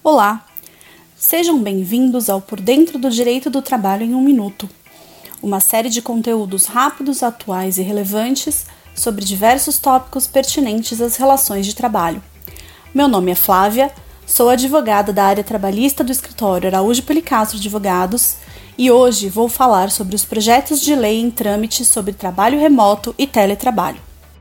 Olá, sejam bem-vindos ao Por Dentro do Direito do Trabalho em 1 Minuto, uma série de conteúdos rápidos, atuais e relevantes sobre diversos tópicos pertinentes às relações de trabalho. Meu nome é Flávia, sou advogada da área trabalhista do escritório Araújo Policastro Advogados e hoje vou falar sobre os projetos de lei em trâmite sobre trabalho remoto e teletrabalho.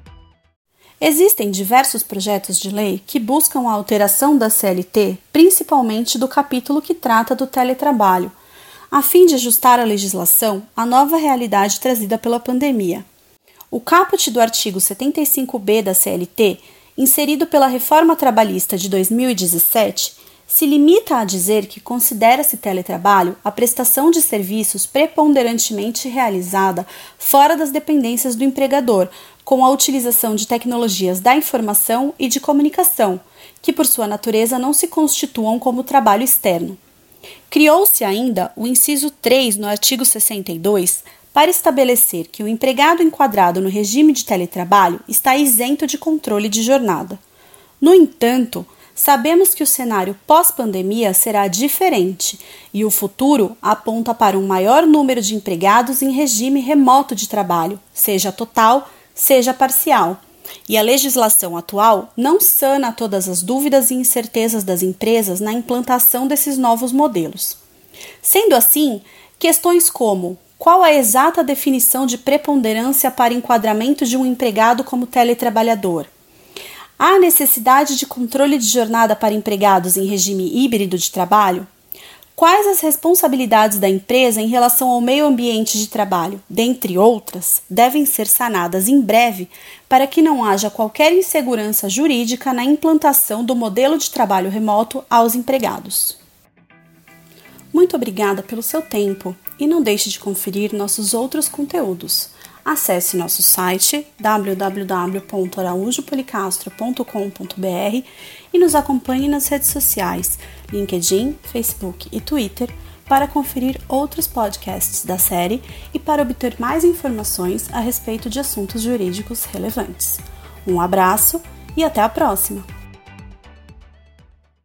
Existem diversos projetos de lei que buscam a alteração da CLT, principalmente do capítulo que trata do teletrabalho, a fim de ajustar a legislação à nova realidade trazida pela pandemia. O caput do artigo 75b da CLT, inserido pela Reforma Trabalhista de 2017, se limita a dizer que considera-se teletrabalho a prestação de serviços preponderantemente realizada fora das dependências do empregador, com a utilização de tecnologias da informação e de comunicação, que por sua natureza não se constituam como trabalho externo. Criou-se ainda o inciso 3 no artigo 62 para estabelecer que o empregado enquadrado no regime de teletrabalho está isento de controle de jornada. No entanto, sabemos que o cenário pós-pandemia será diferente e o futuro aponta para um maior número de empregados em regime remoto de trabalho, seja total, seja parcial, e a legislação atual não sana todas as dúvidas e incertezas das empresas na implantação desses novos modelos. Sendo assim, questões como qual a exata definição de preponderância para enquadramento de um empregado como teletrabalhador? Há necessidade de controle de jornada para empregados em regime híbrido de trabalho? Quais as responsabilidades da empresa em relação ao meio ambiente de trabalho, dentre outras, devem ser sanadas em breve para que não haja qualquer insegurança jurídica na implantação do modelo de trabalho remoto aos empregados. Muito obrigada pelo seu tempo e não deixe de conferir nossos outros conteúdos. Acesse nosso site www.araújopolicastro.com.br e nos acompanhe nas redes sociais LinkedIn, Facebook e Twitter para conferir outros podcasts da série e para obter mais informações a respeito de assuntos jurídicos relevantes. Um abraço e até a próxima!